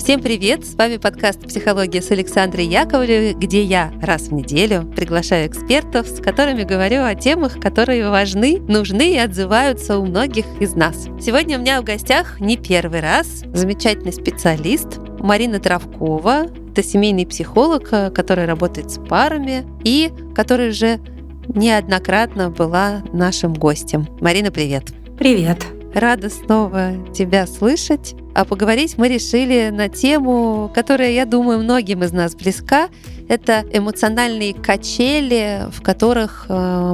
Всем привет! С вами подкаст «Психология» с Александрой Яковлевой, где я раз в неделю приглашаю экспертов, с которыми говорю о темах, которые важны, нужны и отзываются у многих из нас. Сегодня у меня в гостях не первый раз замечательный специалист Марина Травкова. Это семейный психолог, который работает с парами и который уже неоднократно была нашим гостем. Марина, привет! Привет! Рада снова тебя слышать. А поговорить мы решили на тему, которая, я думаю, многим из нас близка. Это эмоциональные качели, в которых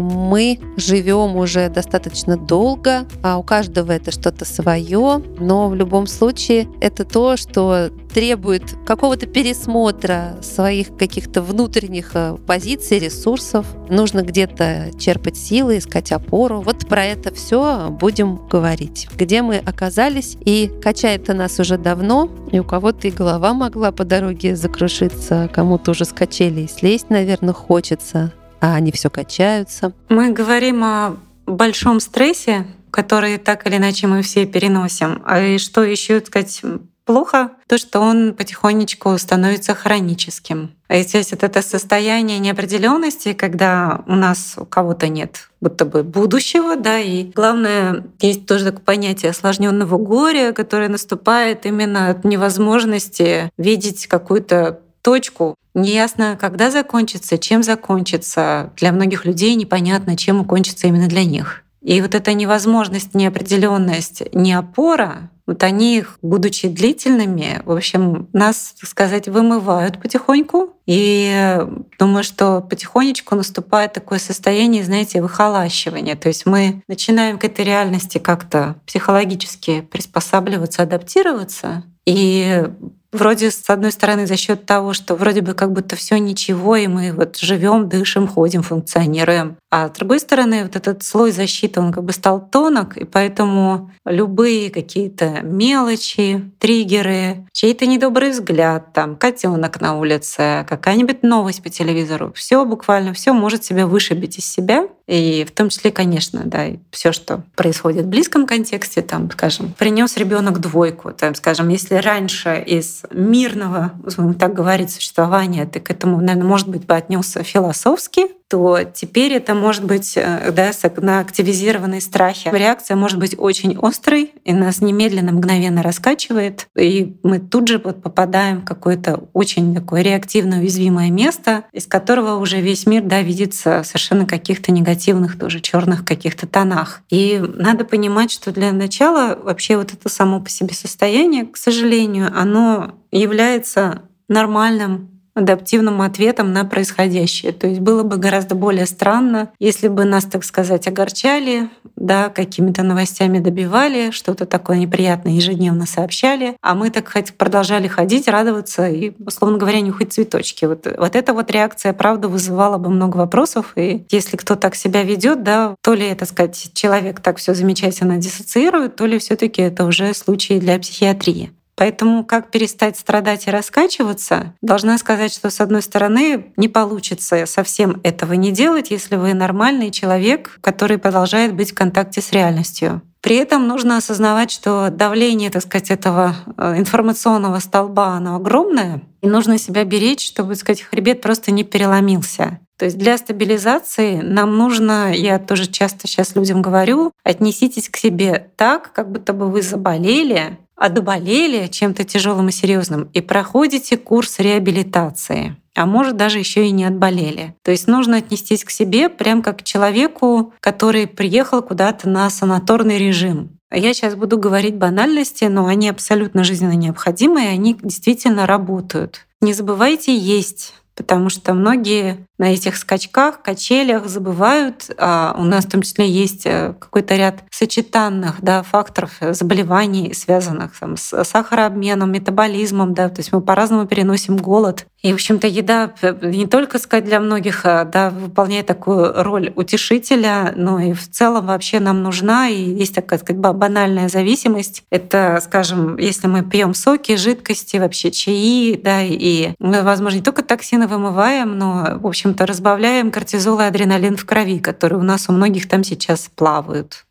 мы живем уже достаточно долго, а у каждого это что-то свое, но в любом случае это то, что требует какого-то пересмотра своих каких-то внутренних позиций, ресурсов. Нужно где-то черпать силы, искать опору. Вот про это все будем говорить. Где мы оказались, и качает-то нас уже давно, и у кого-то и голова могла по дороге закрушиться, кому-то уже с качелей слезть, наверное, хочется, а они все качаются. Мы говорим о большом стрессе, который так или иначе мы все переносим. И что еще сказать плохо, то, что он потихонечку становится хроническим. А здесь вот это состояние неопределенности, когда у нас у кого-то нет будто бы будущего, да, и главное, есть тоже такое понятие осложненного горя, которое наступает именно от невозможности видеть какую-то точку. Неясно, когда закончится, чем закончится. Для многих людей непонятно, чем кончится именно для них. И вот эта невозможность, неопределенность, неопора, вот они, будучи длительными, в общем, нас, так сказать, вымывают потихоньку. И думаю, что потихонечку наступает такое состояние, знаете, выхолащивания. То есть мы начинаем к этой реальности как-то психологически приспосабливаться, адаптироваться. И вроде, с одной стороны, за счет того, что вроде бы как будто все ничего, и мы вот живем, дышим, ходим, функционируем. А с другой стороны, вот этот слой защиты, он как бы стал тонок, и поэтому любые какие-то мелочи, триггеры, чей-то недобрый взгляд, там, котенок на улице, какая-нибудь новость по телевизору, все буквально, все может себя вышибить из себя. И в том числе, конечно, да, все, что происходит в близком контексте, там, скажем, принес ребенок двойку, там, скажем, если раньше из мирного, будем так говорить, существования ты к этому, наверное, может быть, бы отнесся философски, то теперь это может быть, да, на активизированные страхи. Реакция может быть очень острой, и нас немедленно, мгновенно раскачивает, и мы тут же вот попадаем в какое-то очень такое реактивно уязвимое место, из которого уже весь мир, да, видится совершенно каких-то негативных, тоже черных каких-то тонах. И надо понимать, что для начала вообще вот это само по себе состояние, к сожалению, оно является нормальным адаптивным ответом на происходящее. То есть было бы гораздо более странно, если бы нас, так сказать, огорчали, да, какими-то новостями добивали, что-то такое неприятное ежедневно сообщали, а мы так хоть продолжали ходить, радоваться и, условно говоря, нюхать цветочки. Вот эта вот реакция, правда, вызывала бы много вопросов. И если кто так себя ведет, да, то ли, так сказать, человек так все замечательно диссоциирует, то ли все-таки это уже случаи для психиатрии. Поэтому как перестать страдать и раскачиваться, должна сказать, что, с одной стороны, не получится совсем этого не делать, если вы нормальный человек, который продолжает быть в контакте с реальностью. При этом нужно осознавать, что давление, так сказать, этого информационного столба, оно огромное, и нужно себя беречь, чтобы, так сказать, хребет просто не переломился. То есть для стабилизации нам нужно, я тоже часто сейчас людям говорю, отнеситесь к себе так, как будто бы вы заболели, одоболели чем-то тяжелым и серьезным и проходите курс реабилитации, а может даже еще и не отболели. То есть нужно отнестись к себе прям как к человеку, который приехал куда-то на санаторный режим. Я сейчас буду говорить банальности, но они абсолютно жизненно необходимы, и они действительно работают. Не забывайте есть, потому что многие на этих скачках, качелях забывают, а у нас в том числе есть какой-то ряд сочетанных, да, факторов заболеваний, связанных там, с сахарообменом, метаболизмом, да, то есть мы по-разному переносим голод. И, в общем-то, еда не только, сказать, для многих, да, выполняет такую роль утешителя, но и в целом вообще нам нужна, и есть такая, сказать, банальная зависимость. Это, скажем, если мы пьем соки, жидкости, вообще чаи, да, и мы, возможно, не только токсины вымываем, но, в общем-то, разбавляем кортизол и адреналин в крови, которые у нас у многих там сейчас плавают.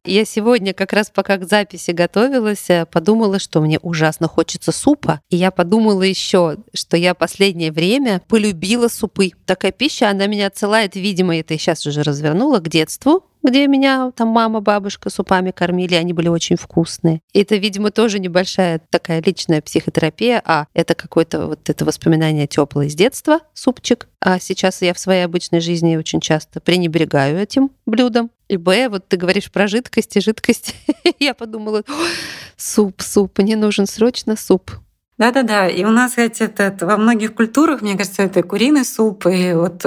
Я сегодня как раз пока к записи готовилась, подумала, что мне ужасно хочется супа. И я подумала еще, что я последнее время полюбила супы. Такая пища, она меня отсылает, видимо, это я сейчас уже развернула, к детству, где меня там мама, бабушка супами кормили, они были очень вкусные. И это, видимо, тоже небольшая такая личная психотерапия, это какое-то вот это воспоминание теплое из детства, супчик. А сейчас я в своей обычной жизни очень часто пренебрегаю этим блюдом. И вот ты говоришь про жидкость. Я подумала, суп, мне нужен срочно суп. Да-да-да. И у нас во многих культурах, мне кажется, это куриный суп, и вот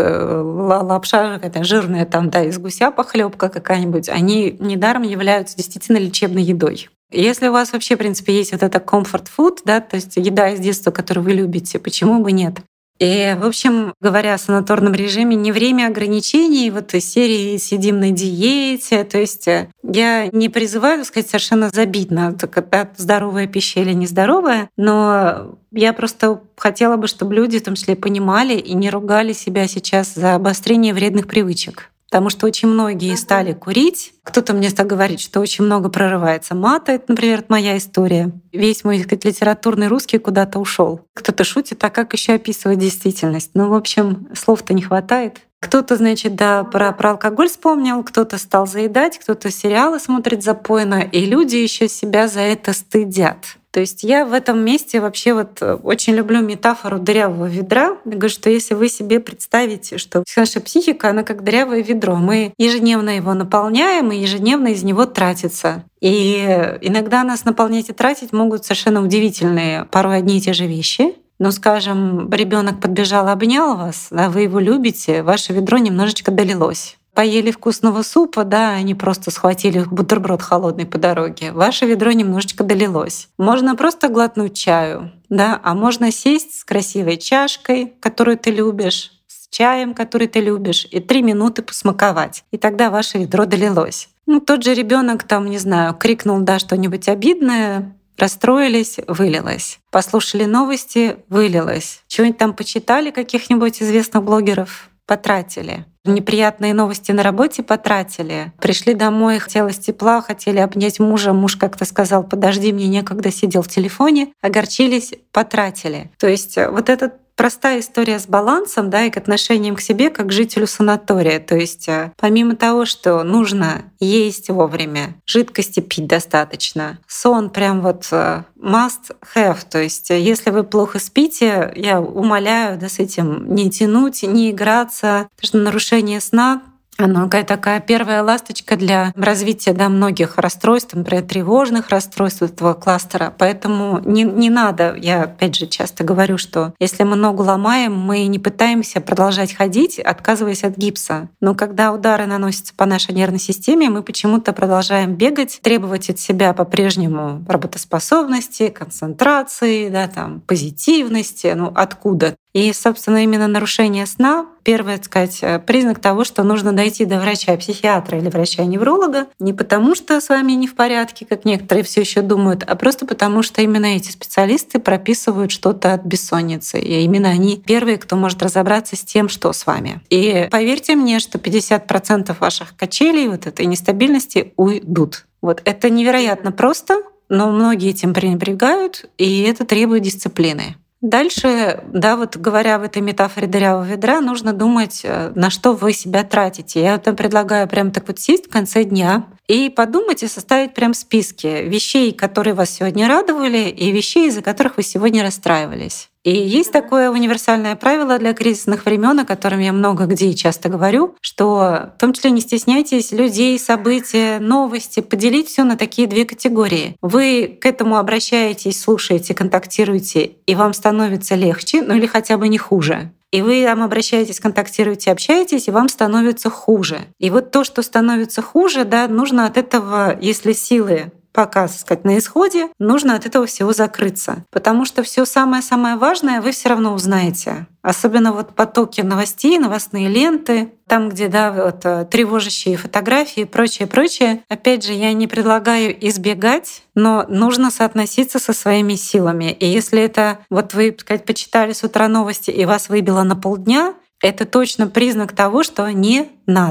лапша какая-то жирная, там, да, из гуся похлебка какая-нибудь, они недаром являются действительно лечебной едой. Если у вас вообще, в принципе, есть вот это comfort food, да, то есть еда из детства, которую вы любите, почему бы нет? И, в общем, говоря о санаторном режиме, не время ограничений, вот из серии «сидим на диете». То есть я не призываю, так сказать, совершенно забить на здоровая пища или нездоровая, но я просто хотела бы, чтобы люди в том числе понимали и не ругали себя сейчас за обострение вредных привычек. Потому что очень многие стали курить. Кто-то мне стал говорить, что очень много прорывается мата. Это, например, моя история. Весь мой, так сказать, литературный русский куда-то ушел. Кто-то шутит, а как еще описывать действительность? Ну, в общем, слов-то не хватает. Кто-то, значит, да, про алкоголь вспомнил, кто-то стал заедать, кто-то сериалы смотрит запойно, и люди еще себя за это стыдят. То есть я в этом месте вообще вот очень люблю метафору дырявого ведра. Я говорю, что если вы себе представите, что наша психика, она как дырявое ведро, мы ежедневно его наполняем и ежедневно из него тратится. И иногда нас наполнять и тратить могут совершенно удивительные, порой одни и те же вещи. Но, скажем, ребенок подбежал, обнял вас, да, вы его любите, ваше ведро немножечко долилось. Поели вкусного супа, да, они просто схватили бутерброд холодный по дороге. Ваше ведро немножечко долилось. Можно просто глотнуть чаю, да, а можно сесть с красивой чашкой, которую ты любишь, с чаем, который ты любишь, и 3 минуты посмаковать. И тогда ваше ведро долилось. Ну, тот же ребенок там, не знаю, крикнул, да, что-нибудь обидное, расстроились, вылилось. Послушали новости, вылилось. Чего-нибудь там почитали каких-нибудь известных блогеров, потратили. Неприятные новости на работе потратили. Пришли домой, хотелось тепла, хотели обнять мужа. Муж как-то сказал: подожди, мне некогда, сидел в телефоне. Огорчились, потратили. То есть вот эта простая история с балансом, да, и к отношениям к себе как к жителю санатория. То есть помимо того, что нужно есть вовремя, жидкости пить достаточно, сон прям вот must have. То есть если вы плохо спите, я умоляю, да, с этим не тянуть, не играться, потому что нарушение сна — оно такая первая ласточка для развития, да, многих расстройств, например, тревожных расстройств этого кластера. Поэтому не надо, я опять же часто говорю, что если мы ногу ломаем, мы не пытаемся продолжать ходить, отказываясь от гипса. Но когда удары наносятся по нашей нервной системе, мы почему-то продолжаем бегать, требовать от себя по-прежнему работоспособности, концентрации, да, там, позитивности. Ну откуда? И, собственно, именно нарушение сна — первый, так сказать, признак того, что нужно дойти до врача-психиатра или врача-невролога не потому, что с вами не в порядке, как некоторые все еще думают, а просто потому, что именно эти специалисты прописывают что-то от бессонницы. И именно они первые, кто может разобраться с тем, что с вами. И поверьте мне, что 50% ваших качелей, вот этой нестабильности, уйдут. Вот это невероятно просто, но многие этим пренебрегают, и это требует дисциплины. Дальше, да, вот говоря в этой метафоре дырявого ведра, нужно думать, на что вы себя тратите. Я вот предлагаю прям так вот сесть в конце дня и подумать и составить прям списки вещей, которые вас сегодня радовали, и вещей, из-за которых вы сегодня расстраивались. И есть такое универсальное правило для кризисных времен, о котором я много где и часто говорю, что в том числе не стесняйтесь людей, события, новости, поделить все на такие 2 категории. Вы к этому обращаетесь, слушаете, контактируете, и вам становится легче, ну или хотя бы не хуже. И вы там обращаетесь, контактируете, общаетесь, и вам становится хуже. И вот то, что становится хуже, да, нужно от этого, если силы пока, так сказать, на исходе, нужно от этого всего закрыться. Потому что все самое-самое важное вы все равно узнаете. Особенно вот потоки новостей, новостные ленты, там, где, да, вот, тревожащие фотографии и прочее. Опять же, я не предлагаю избегать, но нужно соотноситься со своими силами. И если это вот вы, так сказать, почитали с утра новости и вас выбило на полдня, это точно признак того, что не надо.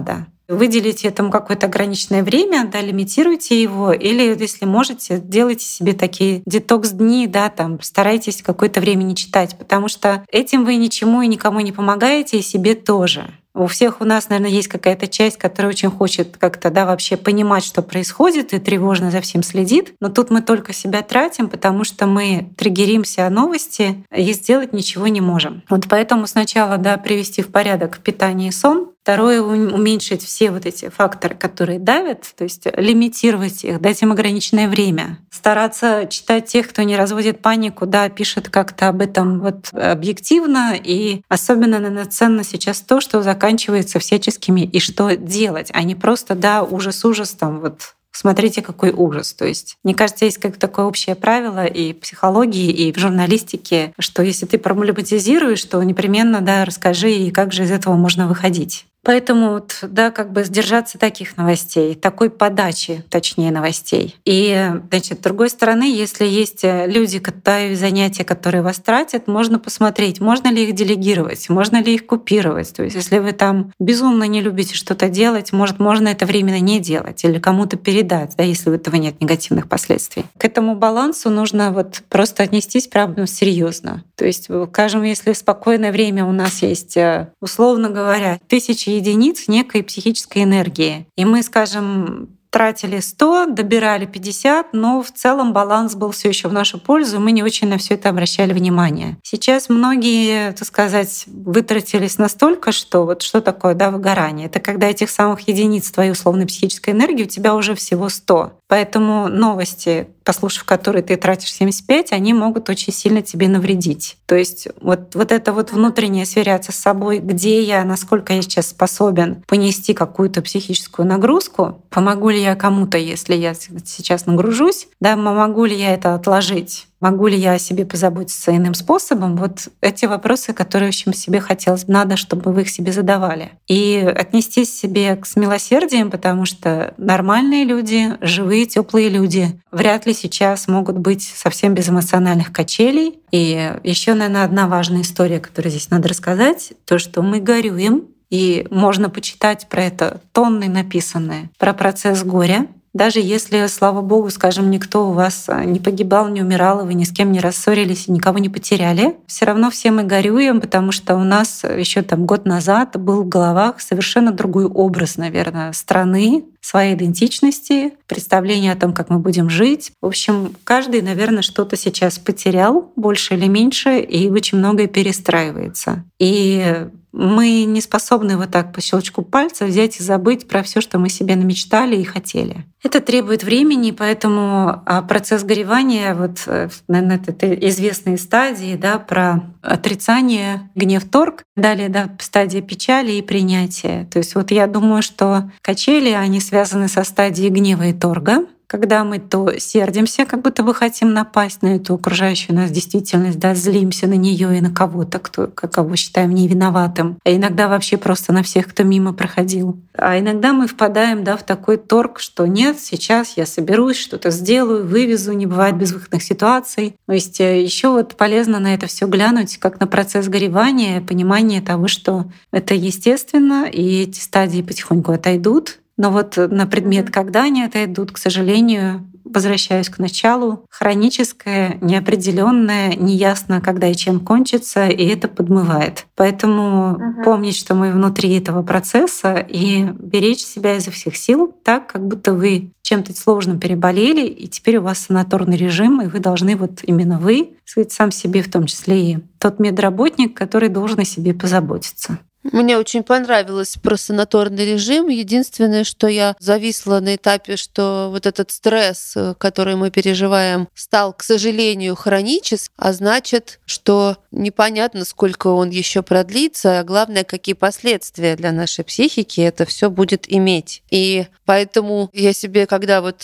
выделите этому какое-то ограниченное время, да, лимитируйте его, или, если можете, делайте себе такие детокс-дни, да, там, старайтесь какое-то время не читать, потому что этим вы ничему и никому не помогаете, и себе тоже. У всех у нас, наверное, есть какая-то часть, которая очень хочет как-то, да, вообще понимать, что происходит, и тревожно за всем следит. Но тут мы только себя тратим, потому что мы триггеримся о новости и сделать ничего не можем. Вот поэтому сначала, да, привести в порядок питание и сон. Второе — уменьшить все вот эти факторы, которые давят, то есть лимитировать их, дать им ограниченное время. Стараться читать тех, кто не разводит панику, да, пишет как-то об этом вот объективно. И особенно, наверное, ценно сейчас то, что заканчивается всяческими «и что делать», а не просто, да, ужас-ужас, там вот смотрите, какой ужас. То есть, мне кажется, есть как такое общее правило и в психологии, и в журналистике, что если ты проблематизируешь, то непременно, да, расскажи, и как же из этого можно выходить. Поэтому вот, да, как бы сдержаться таких новостей, такой подачи, точнее, новостей. И, значит, с другой стороны, если есть люди, занятия, которые вас тратят, можно посмотреть, можно ли их делегировать, можно ли их купировать. То есть если вы там безумно не любите что-то делать, может, можно это временно не делать или кому-то передать, да, если у этого нет негативных последствий. К этому балансу нужно вот просто отнестись, правда, серьезно. То есть, скажем, если в спокойное время у нас есть, условно говоря, 1000 единиц некой психической энергии. И мы, скажем, тратили 100, добирали 50, но в целом баланс был все еще в нашу пользу, и мы не очень на все это обращали внимание. Сейчас многие, так сказать, вытратились настолько, что вот что такое, да, выгорание? Это когда этих самых единиц твоей условной психической энергии у тебя уже всего 100. Поэтому новости, послушав которые ты тратишь 75, они могут очень сильно тебе навредить. То есть вот это вот внутреннее сверяться с собой, где я, насколько я сейчас способен понести какую-то психическую нагрузку, помогу ли я кому-то, если я сейчас нагружусь, да, могу ли я это отложить, могу ли я о себе позаботиться иным способом, вот эти вопросы, которые, в общем, себе хотелось бы, надо, чтобы вы их себе задавали. И отнестись к себе с милосердием, потому что нормальные люди, живые, теплые люди вряд ли сейчас могут быть совсем без эмоциональных качелей. И еще, наверное, одна важная история, которую здесь надо рассказать, то, что мы горюем, и можно почитать про это тонны написанные, про процесс горя. Даже если, слава богу, скажем, никто у вас не погибал, не умирал, и вы ни с кем не рассорились и никого не потеряли, все равно все мы горюем, потому что у нас еще там год назад был в головах совершенно другой образ, наверное, страны, своей идентичности, представление о том, как мы будем жить. В общем, каждый, наверное, что-то сейчас потерял, больше или меньше, и очень многое перестраивается. И мы не способны вот так по щелчку пальца взять и забыть про все, что мы себе намечтали и хотели. Это требует времени, поэтому процесс горевания, вот, наверное, это известные стадии, да, про отрицание, гнев, торг. Далее, да, стадия печали и принятия. То есть вот я думаю, что качели, они связаны со стадией гнева и торга, когда мы то сердимся, как будто бы хотим напасть на эту окружающую нас действительность, да, злимся на нее и на кого-то, кого считаем не виноватым, а иногда вообще просто на всех, кто мимо проходил. А иногда мы впадаем, да, в такой торг, что нет, сейчас я соберусь, что-то сделаю, вывезу, не бывает безвыходных ситуаций. То есть еще вот полезно на это все глянуть, как на процесс горевания, понимание того, что это естественно, и эти стадии потихоньку отойдут. Но вот на предмет, когда они отойдут, к сожалению, возвращаюсь к началу, хроническое, неопределенное, неясно, когда и чем кончится, и это подмывает. Поэтому помнить, что мы внутри этого процесса, и беречь себя изо всех сил так, как будто вы чем-то сложным переболели, и теперь у вас санаторный режим, и вы должны, вот именно вы, сказать, сам себе, в том числе и тот медработник, который должен о себе позаботиться. Мне очень понравилось про санаторный режим. Единственное, что я зависла на этапе, что вот этот стресс, который мы переживаем, стал, к сожалению, хроническим, а значит, что непонятно, сколько он еще продлится, а главное, какие последствия для нашей психики это все будет иметь. И поэтому я себе, когда вот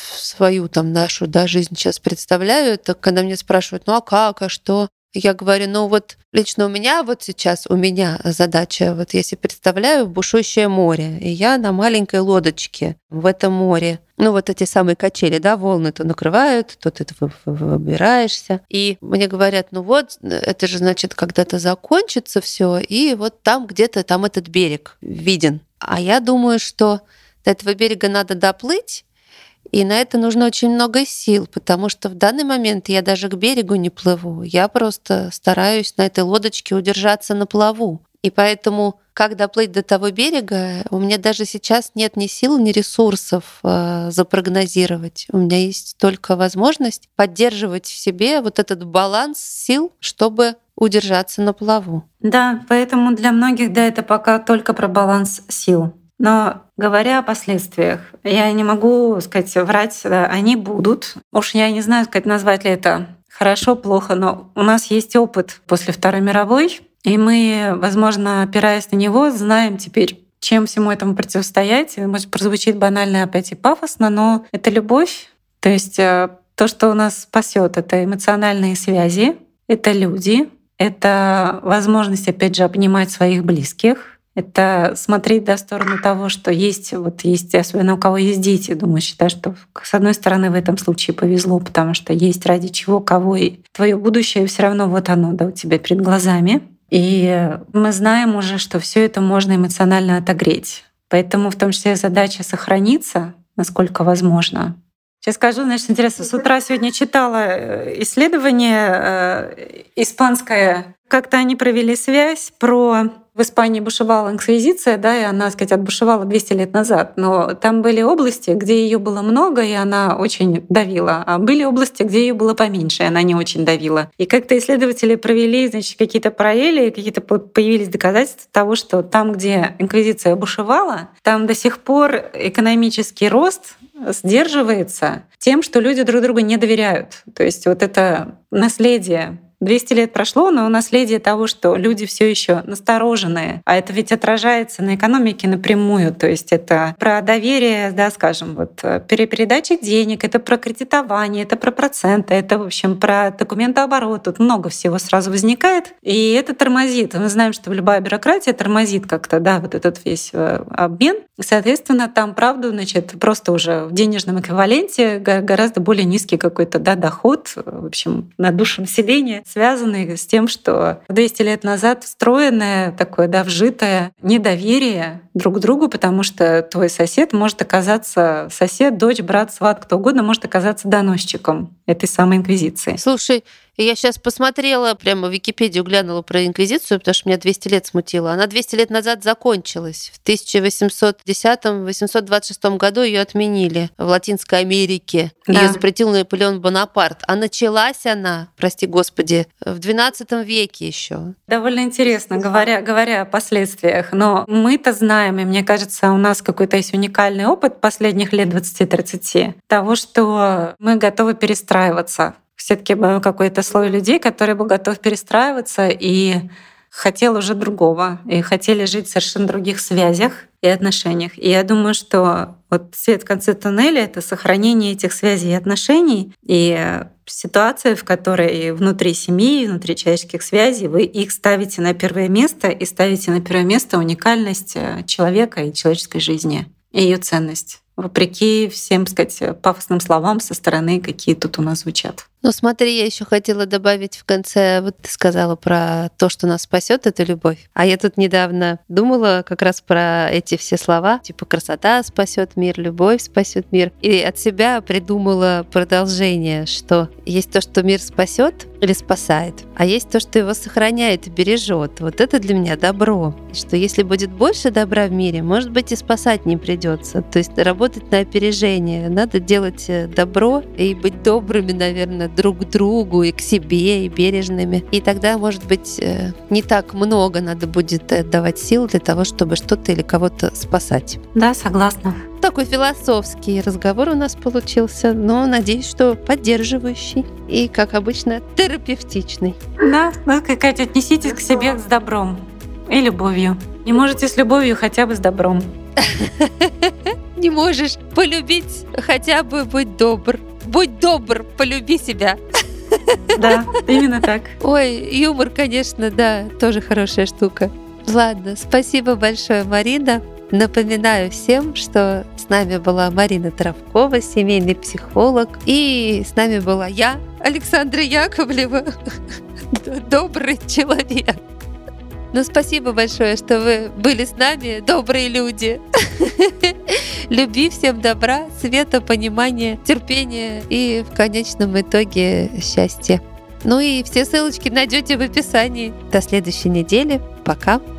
свою там нашу, да, жизнь сейчас представляю, это когда меня спрашивают, ну а как, а что? Я говорю, ну вот лично у меня вот сейчас, у меня задача, вот я себе представляю бушующее море, и я на маленькой лодочке в этом море. Ну вот эти самые качели, да, волны то накрывают, то ты выбираешься. И мне говорят, ну вот, это же значит когда-то закончится все, и вот там где-то там этот берег виден. А я думаю, что до этого берега надо доплыть, и на это нужно очень много сил, потому что в данный момент я даже к берегу не плыву. Я просто стараюсь на этой лодочке удержаться на плаву. И поэтому, как доплыть до того берега, у меня даже сейчас нет ни сил, ни ресурсов запрогнозировать. У меня есть только возможность поддерживать в себе вот этот баланс сил, чтобы удержаться на плаву. Да, поэтому для многих, да, это пока только про баланс сил. Но говоря о последствиях, я не могу сказать, врать, да, они будут. Уж я не знаю, сказать, назвать ли это хорошо, плохо, но у нас есть опыт после Второй мировой, и мы, возможно, опираясь на него, знаем теперь, чем всему этому противостоять. Может, прозвучит банально опять и пафосно, но это любовь. То есть то, что нас спасет, это эмоциональные связи, это люди, это возможность, опять же, обнимать своих близких, это смотреть в сторону того, что есть, особенно у кого есть дети, думаю, считаю, что с одной стороны в этом случае повезло, потому что есть ради чего, кого, и твое будущее все равно вот оно, да, у тебя перед глазами. И мы знаем уже, что все это можно эмоционально отогреть. Поэтому в том числе задача сохраниться, насколько возможно. Сейчас скажу, значит, интересно. С утра сегодня читала исследование испанское. Как-то они провели связь про... В Испании бушевала инквизиция, да, и она, так сказать, отбушевала 200 лет назад. Но там были области, где ее было много, и она очень давила. А были области, где ее было поменьше, и она не очень давила. И как-то исследователи провели, значит, какие-то параллели, какие-то появились доказательства того, что там, где инквизиция бушевала, там до сих пор экономический рост сдерживается тем, что люди друг другу не доверяют. То есть вот это наследие 200 лет прошло, но наследие того, что люди все еще настороженные, а это ведь отражается на экономике напрямую, то есть это про доверие, да, скажем, вот передача денег, это про кредитование, это про проценты, это, в общем, про документооборот, тут много всего сразу возникает, и это тормозит. Мы знаем, что любая бюрократия тормозит как-то, да, вот этот весь обмен. Соответственно, там, правда, значит, просто уже в денежном эквиваленте гораздо более низкий какой-то, да, доход, в общем, на душу населения, связанный с тем, что 200 лет назад встроенное такое, да, вжитое недоверие друг к другу, потому что твой сосед может оказаться, сосед, дочь, брат, сват, кто угодно, может оказаться доносчиком этой самой инквизиции. Слушай, я сейчас посмотрела, прямо в Википедию глянула про инквизицию, потому что меня 200 лет смутило. Она 200 лет назад закончилась. В 1810-826 году ее отменили в Латинской Америке. Да. Ее запретил Наполеон Бонапарт. А началась она, прости господи, в 12 веке еще. Довольно интересно, говоря о последствиях. Но мы-то знаем, и мне кажется, у нас какой-то есть уникальный опыт последних лет 20-30 того, что мы готовы перестраиваться. Все-таки был какой-то слой людей, который был готов перестраиваться и хотел уже другого, и хотели жить в совершенно других связях и отношениях. И я думаю, что вот свет в конце туннеля — это сохранение этих связей и отношений, и ситуация, в которой внутри семьи, внутри человеческих связей вы их ставите на первое место и ставите на первое место уникальность человека и человеческой жизни, и ее ценность, вопреки всем, так сказать, пафосным словам со стороны, какие тут у нас звучат. Ну смотри, я еще хотела добавить в конце, вот ты сказала про то, что нас спасет, это любовь. А я тут недавно думала как раз про эти все слова, типа красота спасет мир, любовь спасет мир. И от себя придумала продолжение, что есть то, что мир спасет или спасает, а есть то, что его сохраняет и бережет. Вот это для меня добро. И что если будет больше добра в мире, может быть, и спасать не придется. То есть работать на опережение. Надо делать добро и быть добрыми, наверное, друг к другу и к себе, и бережными. И тогда, может быть, не так много надо будет давать сил для того, чтобы что-то или кого-то спасать. Да, согласна. Такой философский разговор у нас получился, но надеюсь, что поддерживающий и, как обычно, терапевтичный. Да, Катя, отнеситесь к себе с добром и любовью. Не можете с любовью, хотя бы с добром. Не можешь полюбить, хотя бы будь добр. Будь добр, полюби себя. Да, именно так. Ой, юмор, конечно, да, тоже хорошая штука. Ладно, спасибо большое, Марина. Напоминаю всем, что с нами была Марина Травкова, семейный психолог, и с нами была я, Александра Яковлева, добрый человек. Ну, спасибо большое, что вы были с нами, добрые люди. Любви, всем добра, света, понимания, терпения и в конечном итоге счастья. Ну и все ссылочки найдете в описании. До следующей недели. Пока.